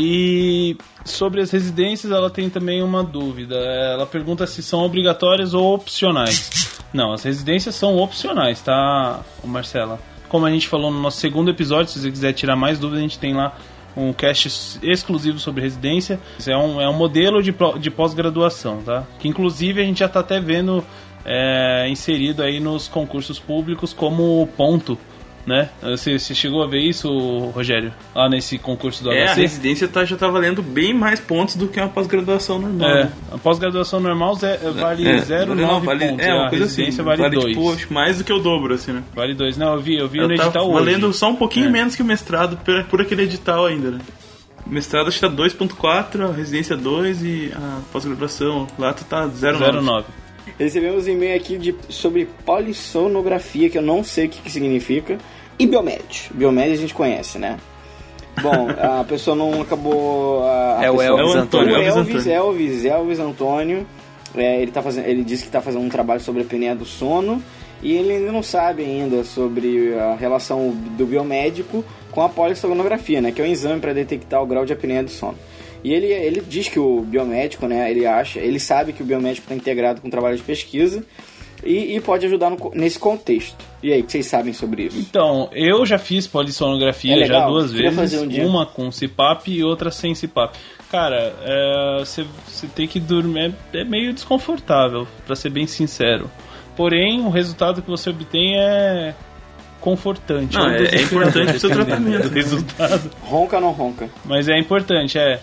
E sobre as residências, ela tem também uma dúvida. Ela pergunta se são obrigatórias ou opcionais. Não, as residências são opcionais, tá, Marcela? Como a gente falou no nosso segundo episódio, se você quiser tirar mais dúvidas, a gente tem lá um cast exclusivo sobre residência. É um modelo de pós-graduação, tá? Que inclusive a gente já está até vendo inserido aí nos concursos públicos como ponto, né? Você chegou a ver isso, Rogério? Lá nesse concurso do HC? A residência já tá valendo bem mais pontos do que uma pós-graduação normal. Né? A pós-graduação normal vale 0,9 pontos. Uma coisa a residência assim, vale 2. Tipo, acho mais do que o dobro, assim, né? Vale 2. Não, eu vi no edital hoje. Valendo só um pouquinho menos que o mestrado por aquele edital ainda, né? O mestrado acho que tá 2,4, a residência 2 e a pós-graduação lá tá 0,9. Recebemos um e-mail aqui sobre polissonografia, que eu não sei o que significa, e biomed. Biomed a gente conhece, né? Bom, a pessoa não acabou... o Elvis Antônio. Elvis Antônio. Ele disse que está fazendo um trabalho sobre a apneia do sono, e ele ainda não sabe ainda sobre a relação do biomédico com a polissonografia, né? Que é um exame para detectar o grau de apneia do sono. E ele diz que o biomédico, né, ele sabe que o biomédico está integrado com o trabalho de pesquisa e pode ajudar nesse contexto. E aí, o que vocês sabem sobre isso? Então, eu já fiz polissonografia já 2 vezes, uma com CPAP e outra sem CPAP. Cara, você tem que dormir, é meio desconfortável, para ser bem sincero. Porém, o resultado que você obtém é confortante. Não, é importante pro seu tratamento. Resultado. Ronca ou não ronca? Mas é importante,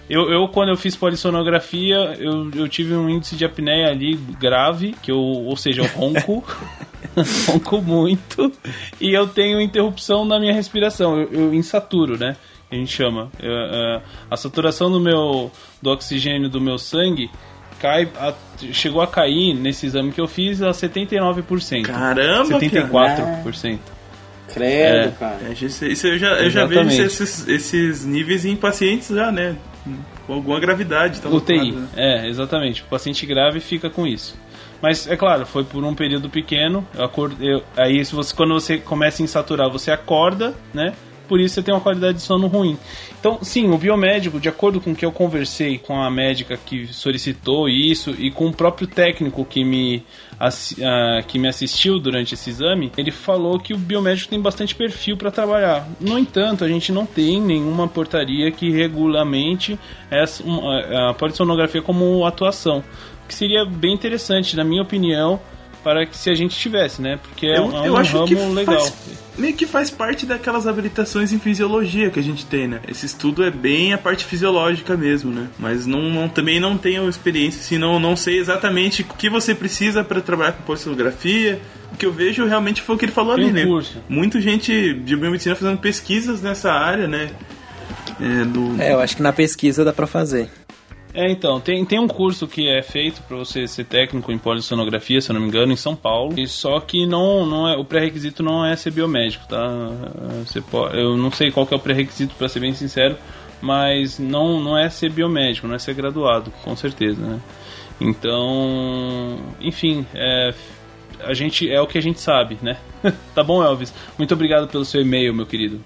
Eu quando eu fiz polissonografia, eu tive um índice de apneia ali grave, ou seja, eu ronco, ronco muito, e eu tenho interrupção na minha respiração, eu insaturo, né? A gente chama. A saturação do oxigênio do meu sangue chegou a cair nesse exame que eu fiz a 79%. Caramba, 74%. Credo, cara. Isso eu já vejo esses níveis em pacientes já, né? Com alguma gravidade. Tá UTI, exatamente. O paciente grave fica com isso. Mas, é claro, foi por um período pequeno. Aí, quando você começa a insaturar, você acorda, né? Por isso você tem uma qualidade de sono ruim. Então, sim, o biomédico, de acordo com o que eu conversei com a médica que solicitou isso e com o próprio técnico que me assistiu durante esse exame, ele falou que o biomédico tem bastante perfil para trabalhar. No entanto, a gente não tem nenhuma portaria que regulamente a polissonografia como atuação, que seria bem interessante, na minha opinião, para que se a gente tivesse, né? Porque é um ramo legal. Meio que faz parte daquelas habilitações em fisiologia que a gente tem, né? Esse estudo é bem a parte fisiológica mesmo, né? Mas também não tenho experiência, assim, não sei exatamente o que você precisa para trabalhar com polissonografia. O que eu vejo realmente foi o que ele falou ali, né? Muita gente de biomedicina fazendo pesquisas nessa área, né? Eu acho que na pesquisa dá para fazer. Então, tem um curso que é feito para você ser técnico em polissonografia, se eu não me engano, em São Paulo. Só que não é, o pré-requisito não é ser biomédico, tá? Eu não sei qual que é o pré-requisito, para ser bem sincero, mas não é ser biomédico, não é ser graduado, com certeza, né? Então, enfim, é o que a gente sabe, né? Tá bom, Elvis? Muito obrigado pelo seu e-mail, meu querido.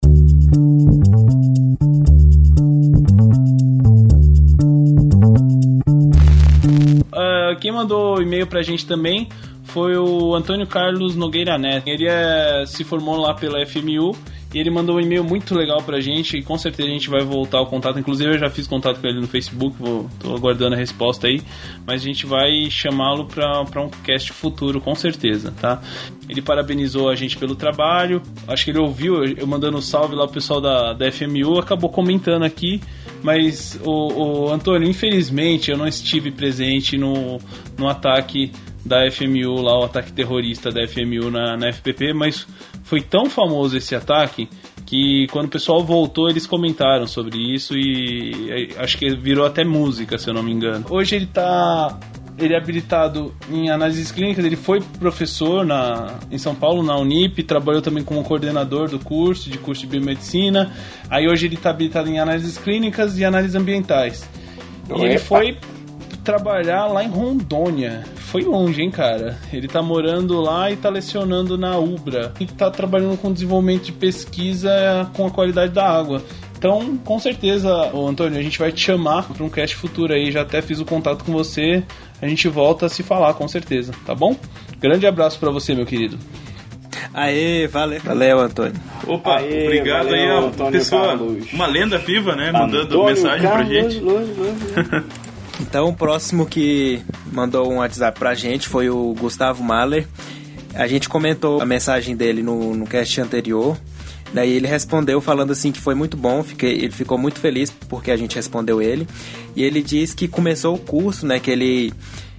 Quem mandou e-mail pra gente também foi o Antônio Carlos Nogueira Neto. Ele se formou lá pela FMU e ele mandou um e-mail muito legal pra gente e com certeza a gente vai voltar ao contato. Inclusive eu já fiz contato com ele no Facebook, tô aguardando a resposta aí, mas a gente vai chamá-lo pra um cast futuro, com certeza, tá? Ele parabenizou a gente pelo trabalho, acho que ele ouviu eu mandando um salve lá pro pessoal da FMU, acabou comentando aqui. Mas, o Antônio, infelizmente eu não estive presente no ataque da FMU, lá o ataque terrorista da FMU na FPP, mas foi tão famoso esse ataque que quando o pessoal voltou eles comentaram sobre isso e acho que virou até música, se eu não me engano. Hoje ele é habilitado em análises clínicas, ele foi professor em São Paulo, na Unip, trabalhou também como coordenador do curso de biomedicina, aí hoje ele está habilitado em análises clínicas e análises ambientais. E ele foi trabalhar lá em Rondônia, foi longe, hein, cara? Ele tá morando lá e tá lecionando na UBRA, e tá trabalhando com desenvolvimento de pesquisa com a qualidade da água. Então, com certeza, Antônio, a gente vai te chamar para um cast futuro aí, já até fiz o contato com você, a gente volta a se falar, com certeza, tá bom? Grande abraço para você, meu querido. Aê, valeu, Antônio. Opa, obrigado aí a pessoa, Carlos. Uma lenda viva, né, mandando mensagem pra gente. Então, o próximo que mandou um WhatsApp pra gente foi o Gustavo Mahler. A gente comentou a mensagem dele no cast anterior. Daí ele respondeu falando assim que foi muito bom, ele ficou muito feliz porque a gente respondeu ele. E ele diz que começou o curso, né, que ele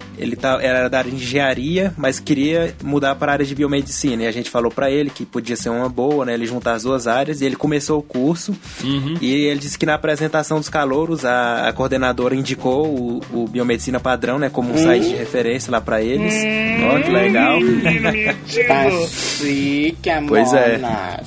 era da área de engenharia, mas queria mudar para a área de biomedicina. E a gente falou para ele que podia ser uma boa, né, ele juntar as duas áreas. E ele começou o curso. E ele disse que na apresentação dos calouros a coordenadora indicou o Biomedicina Padrão, né, como um site de referência lá para eles. Ó, que legal. Tá chique, amor. Pois é.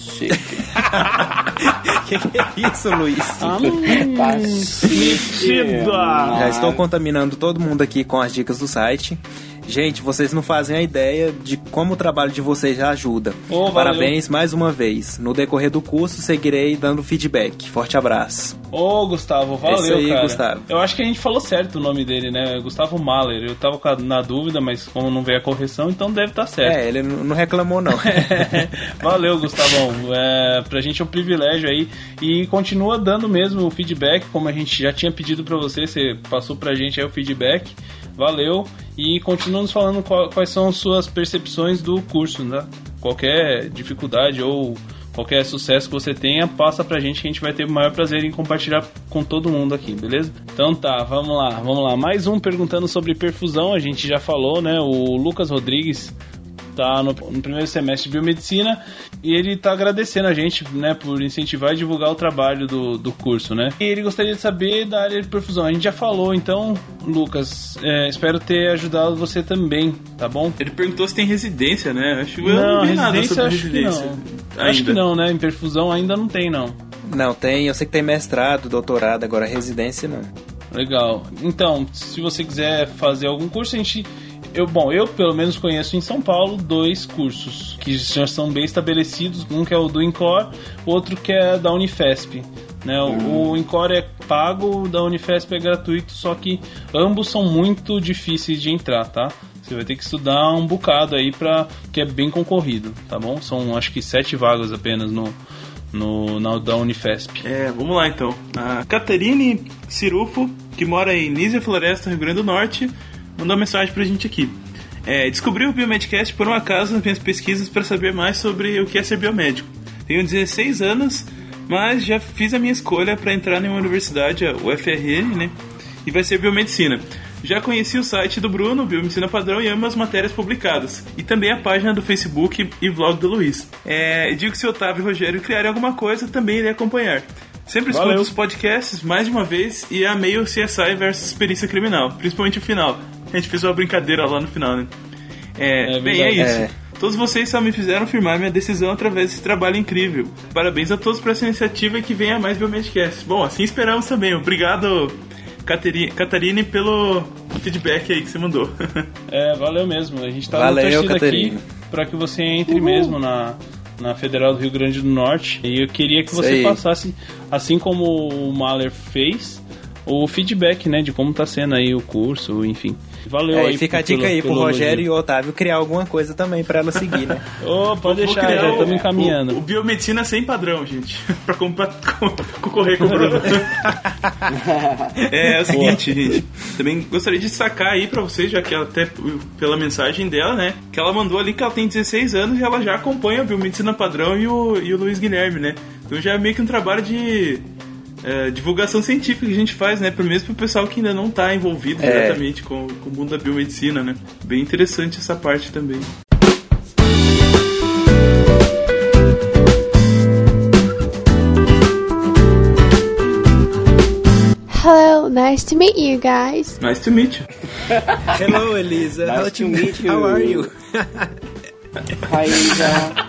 Que é isso, Luiz? Tá chique. Já estou contaminando todo mundo aqui com as dicas do site. Gente, vocês não fazem a ideia de como o trabalho de vocês já ajuda. Parabéns mais uma vez. No decorrer do curso, seguirei dando feedback. Forte abraço. Gustavo, valeu, isso aí, cara. Gustavo. Eu acho que a gente falou certo o nome dele, né? Gustavo Mahler. Eu tava na dúvida, mas como não veio a correção, então deve estar certo. Ele não reclamou, não. Valeu, Gustavão. Pra gente é um privilégio aí. E continua dando mesmo o feedback, como a gente já tinha pedido pra você passou pra gente aí o feedback. Valeu. E continua nos falando quais são as suas percepções do curso, né? Qualquer dificuldade ou Qualquer sucesso que você tenha, passa pra gente que a gente vai ter o maior prazer em compartilhar com todo mundo aqui, beleza? Então tá, vamos lá. Mais um perguntando sobre perfusão, a gente já falou, né? O Lucas Rodrigues tá no primeiro semestre de biomedicina e ele tá agradecendo a gente, né, por incentivar e divulgar o trabalho do curso, né? E ele gostaria de saber da área de perfusão. A gente já falou, então, Lucas, espero ter ajudado você também, tá bom? Ele perguntou se tem residência, né? Acho que eu não vi residência, nada sobre acho residência. que não. Acho que não, né? Em perfusão ainda não tem, não. Não, tem. Eu sei que tem mestrado, doutorado, agora residência não. Legal. Então, se você quiser fazer algum curso, eu pelo menos conheço em São Paulo 2 cursos que já são bem estabelecidos. Um que é o do INCOR, outro que é da Unifesp, né? O INCOR é pago, o da Unifesp é gratuito, só que ambos são muito difíceis de entrar, tá? Você vai ter que estudar um bocado aí, que é bem concorrido, tá bom? São acho que 7 vagas apenas da Unifesp. Vamos lá então. A Caterine Cirufo, que mora em Nísia Floresta, Rio Grande do Norte, mandou uma mensagem pra gente aqui. Descobri o Biomedcast por um acaso nas minhas pesquisas para saber mais sobre o que é ser biomédico. Tenho 16 anos, mas já fiz a minha escolha para entrar em uma universidade, a UFRN, né? E vai ser biomedicina. Já conheci o site do Bruno, Biomedicina Padrão, e amo as matérias publicadas. E também a página do Facebook e vlog do Luiz. Digo que se Otávio e Rogério criarem alguma coisa, também irei acompanhar. Sempre escuto os podcasts mais de uma vez e amei o CSI versus Experiência Criminal, principalmente o final. A gente fez uma brincadeira lá no final, né? É isso. Todos vocês só me fizeram firmar minha decisão através desse trabalho incrível. Parabéns a todos por essa iniciativa e que venha mais Biomedcast. Bom, assim esperamos também. Obrigado, Catarine, pelo feedback aí que você mandou. Valeu mesmo. A gente tá na torcida aqui para que você entre mesmo na Federal do Rio Grande do Norte. E eu queria que você passasse, assim como o Mahler fez, o feedback, né, de como tá sendo aí o curso, enfim. Valeu aí. Fica a dica aí pro Rogério e o Otávio criar alguma coisa também pra ela seguir, né? Pode deixar, já estamos encaminhando. O Biomedicina sem padrão, gente. Pra concorrer com o Bruno. É o seguinte, gente. Também gostaria de destacar aí pra vocês, já que ela até pela mensagem dela, né? Que ela mandou ali que ela tem 16 anos e ela já acompanha o Biomedicina Padrão e o Luiz Guilherme, né? Então já é meio que um trabalho de divulgação científica que a gente faz, né? Mesmo pro pessoal que ainda não tá envolvido diretamente com o mundo da biomedicina, né? Bem interessante essa parte também. Hello, nice to meet you guys. Nice to meet you. Hello, Elisa. Nice to meet you. How are you? Hi, Elisa.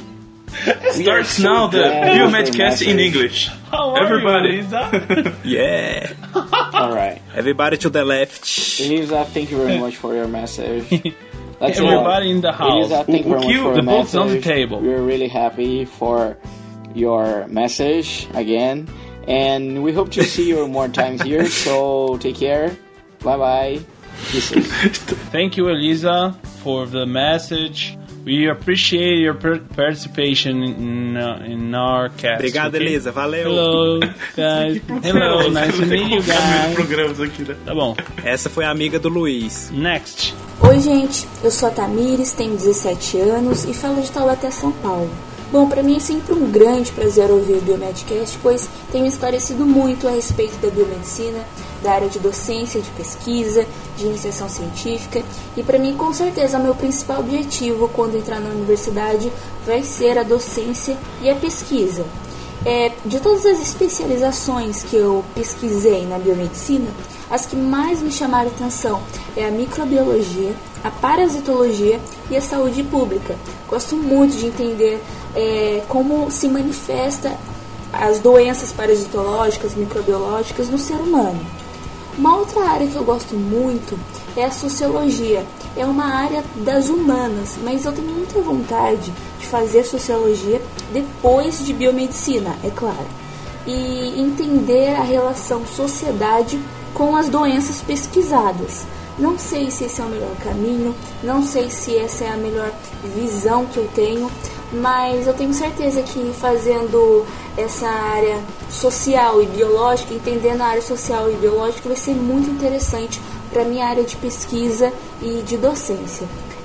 Starts now the Biomedcast in English. How are Everybody. you, Elisa? Yeah. All right. Everybody to the left. Elisa, thank you very much for your message. Everybody in the house. Elisa, thank you very much for The your book's message. on the table. We're really happy for your message again. And we hope to see you more times here. So take care. Bye-bye. Kisses. Thank you, Elisa, for the message. We appreciate your participation in our cast. Obrigado, okay? Elisa. Valeu. Hello, guys. Hello, nice to meet you guys. Programas aqui, né? Tá bom. Essa foi a amiga do Luiz. Next. Oi, gente. Eu sou a Tamires, tenho 17 anos e falo de Taubaté, São Paulo. Bom, para mim é sempre um grande prazer ouvir o Biomedcast, pois tenho esclarecido muito a respeito da biomedicina, da área de docência, de pesquisa, de iniciação científica, e para mim, com certeza, o meu principal objetivo quando entrar na universidade vai ser a docência e a pesquisa. De todas as especializações que eu pesquisei na biomedicina, as que mais me chamaram a atenção é a microbiologia, a parasitologia e a saúde pública. Gosto muito de entender como se manifesta as doenças parasitológicas, microbiológicas no ser humano. Uma outra área que eu gosto muito é a sociologia. É uma área das humanas, mas eu tenho muita vontade de fazer sociologia depois de biomedicina, é claro. E entender a relação sociedade com as doenças pesquisadas. Não sei se esse é o melhor caminho, não sei se essa é a melhor visão que eu tenho, mas eu tenho certeza que fazendo essa área social e biológica, entendendo a área social e biológica, vai ser muito interessante para a minha área de pesquisa e de docência.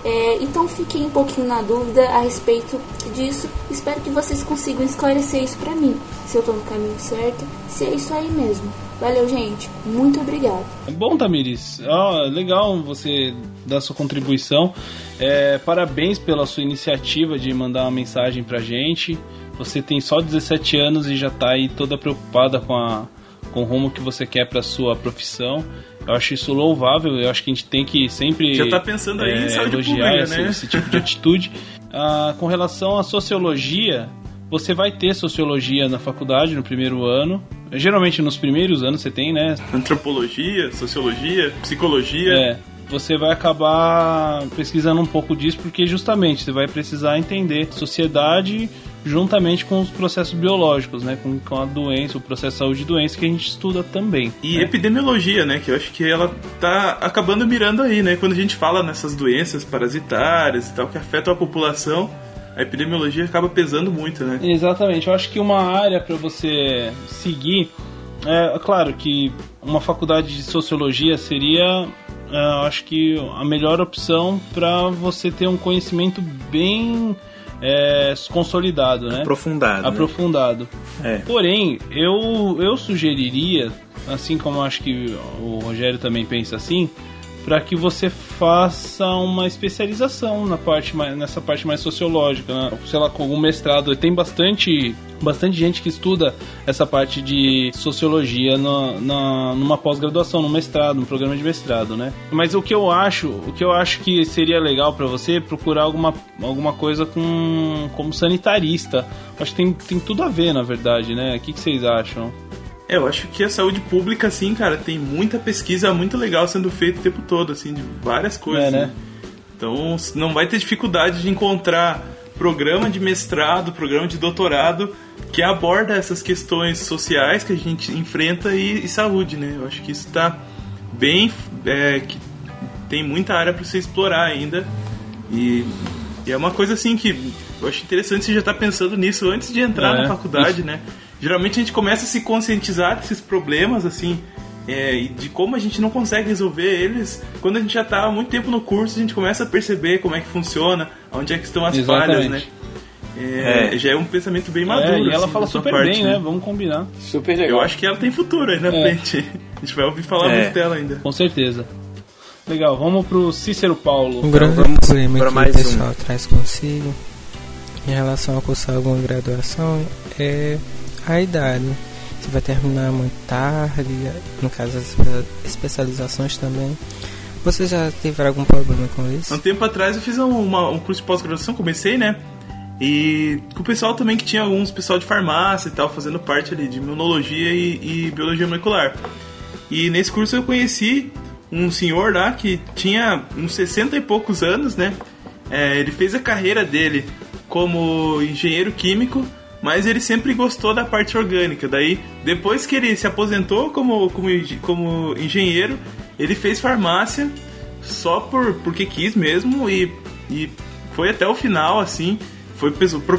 Então fiquei um pouquinho na dúvida a respeito disso. Espero que vocês consigam esclarecer isso pra mim, se eu tô no caminho certo, se é isso aí mesmo. Valeu, gente. Muito obrigado. Bom, Tamires, legal você dar sua contribuição. Parabéns pela sua iniciativa de mandar uma mensagem pra gente. Você tem só 17 anos e já tá aí toda preocupada com o rumo que você quer pra sua profissão. Eu acho isso louvável. Eu acho que a gente tem que sempre já tá pensando aí em saúde pública, né? esse tipo de atitude. Com relação à sociologia, você vai ter sociologia na faculdade no primeiro ano. Geralmente nos primeiros anos você tem, né? Antropologia, sociologia, psicologia. Você vai acabar pesquisando um pouco disso, porque justamente você vai precisar entender a sociedade juntamente com os processos biológicos, né? Com a doença, o processo de saúde e doença que a gente estuda também. E epidemiologia, né? Que eu acho que ela tá acabando mirando aí, né? Quando a gente fala nessas doenças parasitárias e tal, que afetam a população, a epidemiologia acaba pesando muito, né? Exatamente. Eu acho que uma área para você seguir... claro que uma faculdade de sociologia seria... acho que a melhor opção para você ter um conhecimento bem consolidado, né? Aprofundado. Porém, eu sugeriria, assim como eu acho que o Rogério também pensa assim, para que você faça uma especialização nessa parte mais sociológica, né? Sei lá, com algum mestrado. Tem bastante gente que estuda essa parte de sociologia numa pós-graduação, num mestrado, num programa de mestrado, né? Mas o que eu acho que seria legal para você procurar alguma coisa como sanitarista. Acho que tem tudo a ver, na verdade, né? O que vocês acham? Eu acho que a saúde pública, assim, cara, tem muita pesquisa muito legal sendo feita o tempo todo, assim, de várias coisas, né? Então, não vai ter dificuldade de encontrar programa de mestrado, programa de doutorado que aborda essas questões sociais que a gente enfrenta e saúde, né? Eu acho que isso tá bem... que tem muita área para você explorar ainda e é uma coisa, assim, que eu acho interessante você já estar pensando nisso antes de entrar na faculdade, isso. Né? Geralmente a gente começa a se conscientizar desses problemas, assim, e de como a gente não consegue resolver eles. Quando a gente já está há muito tempo no curso, a gente começa a perceber como é que funciona, onde é que estão as falhas, né? Já é um pensamento bem maduro. E ela assim, fala super parte, bem, né? Vamos combinar. Super legal. Eu acho que ela tem futuro aí na frente. A gente vai ouvir falar muito dela ainda. Com certeza. Legal, vamos pro Cícero Paulo. Um grande problema que o pessoal traz consigo em relação a cursar alguma graduação é a idade. Você vai terminar muito tarde, no caso as especializações também. Você já teve algum problema com isso? Um tempo atrás eu fiz um curso de pós-graduação, comecei, né? E com o pessoal também que tinha alguns pessoal de farmácia e tal, fazendo parte ali de imunologia e biologia molecular. E nesse curso eu conheci um senhor lá que tinha uns 60 e poucos anos, né? Ele fez a carreira dele como engenheiro químico, mas ele sempre gostou da parte orgânica. Daí, depois que ele se aposentou como engenheiro, ele fez farmácia só porque quis mesmo e foi até o final, assim. Foi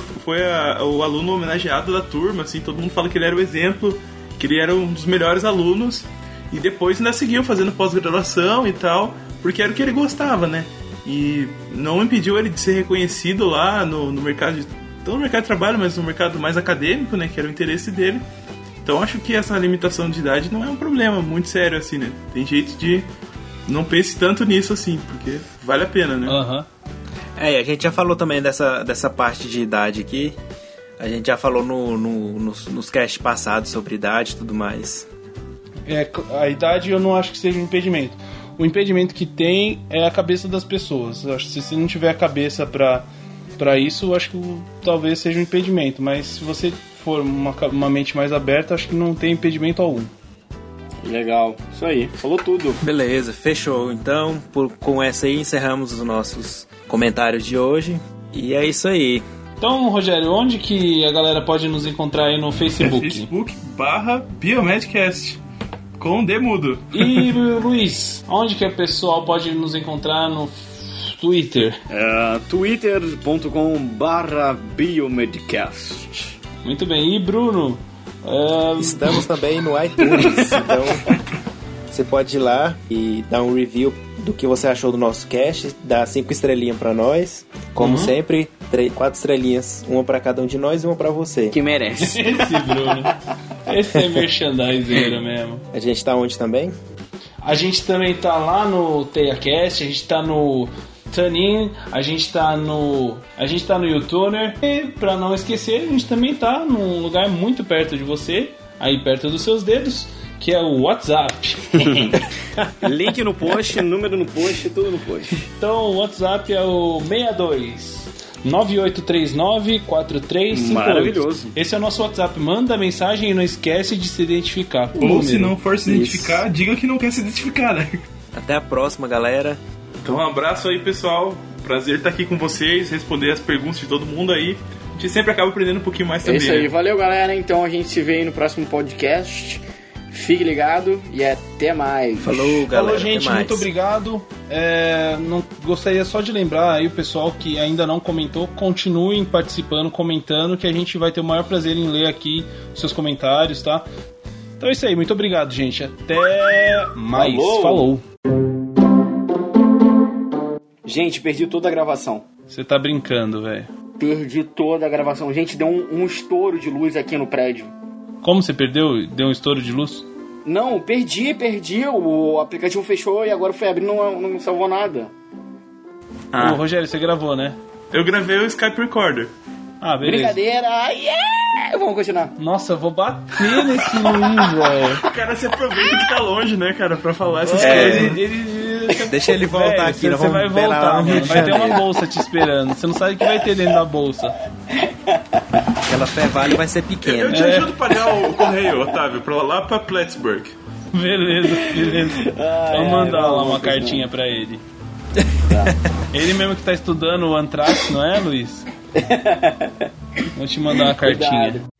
o aluno homenageado da turma, assim. Todo mundo fala que ele era o exemplo, que ele era um dos melhores alunos. E depois ainda seguiu fazendo pós-graduação e tal, porque era o que ele gostava, né? E não impediu ele de ser reconhecido lá no mercado não no mercado de trabalho, mas no mercado mais acadêmico, né, que era o interesse dele. Então acho que essa limitação de idade não é um problema muito sério, assim, né? Tem jeito de... Não pense tanto nisso, assim, porque vale a pena, né? Uhum. A gente já falou também dessa parte de idade aqui. A gente já falou nos casts passados sobre idade e tudo mais. A idade eu não acho que seja um impedimento. O impedimento que tem é a cabeça das pessoas. Eu acho que se você não tiver a cabeça pra isso, eu acho que talvez seja um impedimento. Mas se você for uma mente mais aberta, acho que não tem impedimento algum. Legal, isso aí, falou tudo. Beleza, fechou. Então, com essa aí encerramos os nossos comentários de hoje. E é isso aí. Então, Rogério, onde que a galera pode nos encontrar aí no Facebook? Facebook/Biomedcast com D mudo. E Luiz, onde que o pessoal pode nos encontrar no Twitter? twitter.com/biomedcast. Muito bem, e Bruno? Estamos também no iTunes, então você pode ir lá e dar um review do que você achou do nosso cast, dar 5 estrelinhas pra nós. Como sempre, 4 estrelinhas, uma pra cada um de nós e uma pra você. Que merece. Esse Bruno. Esse é merchandiseiro mesmo. A gente tá onde também? A gente também tá lá no TeiaCast, a gente tá no TuneIn, a gente tá no YouTuner. E pra não esquecer, a gente também tá num lugar muito perto de você, aí perto dos seus dedos, que é o WhatsApp. Link no post, número no post, tudo no post. Então o WhatsApp é o 62-9839-4358. Maravilhoso. Esse é o nosso WhatsApp. Manda mensagem e não esquece de se identificar. Ou se não for se identificar, diga que não quer se identificar, né? Até a próxima, galera. Então um abraço aí, pessoal. Prazer estar aqui com vocês, responder as perguntas de todo mundo aí. A gente sempre acaba aprendendo um pouquinho mais também. É isso aí, valeu, galera. Então a gente se vê aí no próximo podcast. Fique ligado e até mais. Falou, galera. Falou, gente, muito obrigado. Não gostaria só de lembrar aí o pessoal que ainda não comentou, continuem participando, comentando, que a gente vai ter o maior prazer em ler aqui os seus comentários, tá? Então é isso aí, muito obrigado, gente. Até mais. Falou. Gente, perdi toda a gravação. Você tá brincando, velho. Perdi toda a gravação. Gente, deu um estouro de luz aqui no prédio. Como você perdeu? Deu um estouro de luz? Não, perdi. O aplicativo fechou e agora foi abrir, não salvou nada. Ô, Rogério, você gravou, né? Eu gravei o Skype Recorder. Ah, beleza. Brincadeira, vamos continuar. Nossa, eu vou bater nesse Luiz, velho. O cara se aproveita que tá longe, né, cara, pra falar essas coisas. Deixa ele voltar aqui, não Você vamos vai voltar, mano. Vai ter uma bolsa te esperando. Você não sabe o que vai ter dentro da bolsa. Aquela Fevale vai ser pequena. Eu te ajudo a pagar o correio, Otávio, lá pra Plattsburgh. Beleza. Vamos mandar lá uma cartinha pra ele. Ele mesmo que tá estudando o Anthrax, não é, Luiz? Vou te mandar uma cartinha. Cuidado.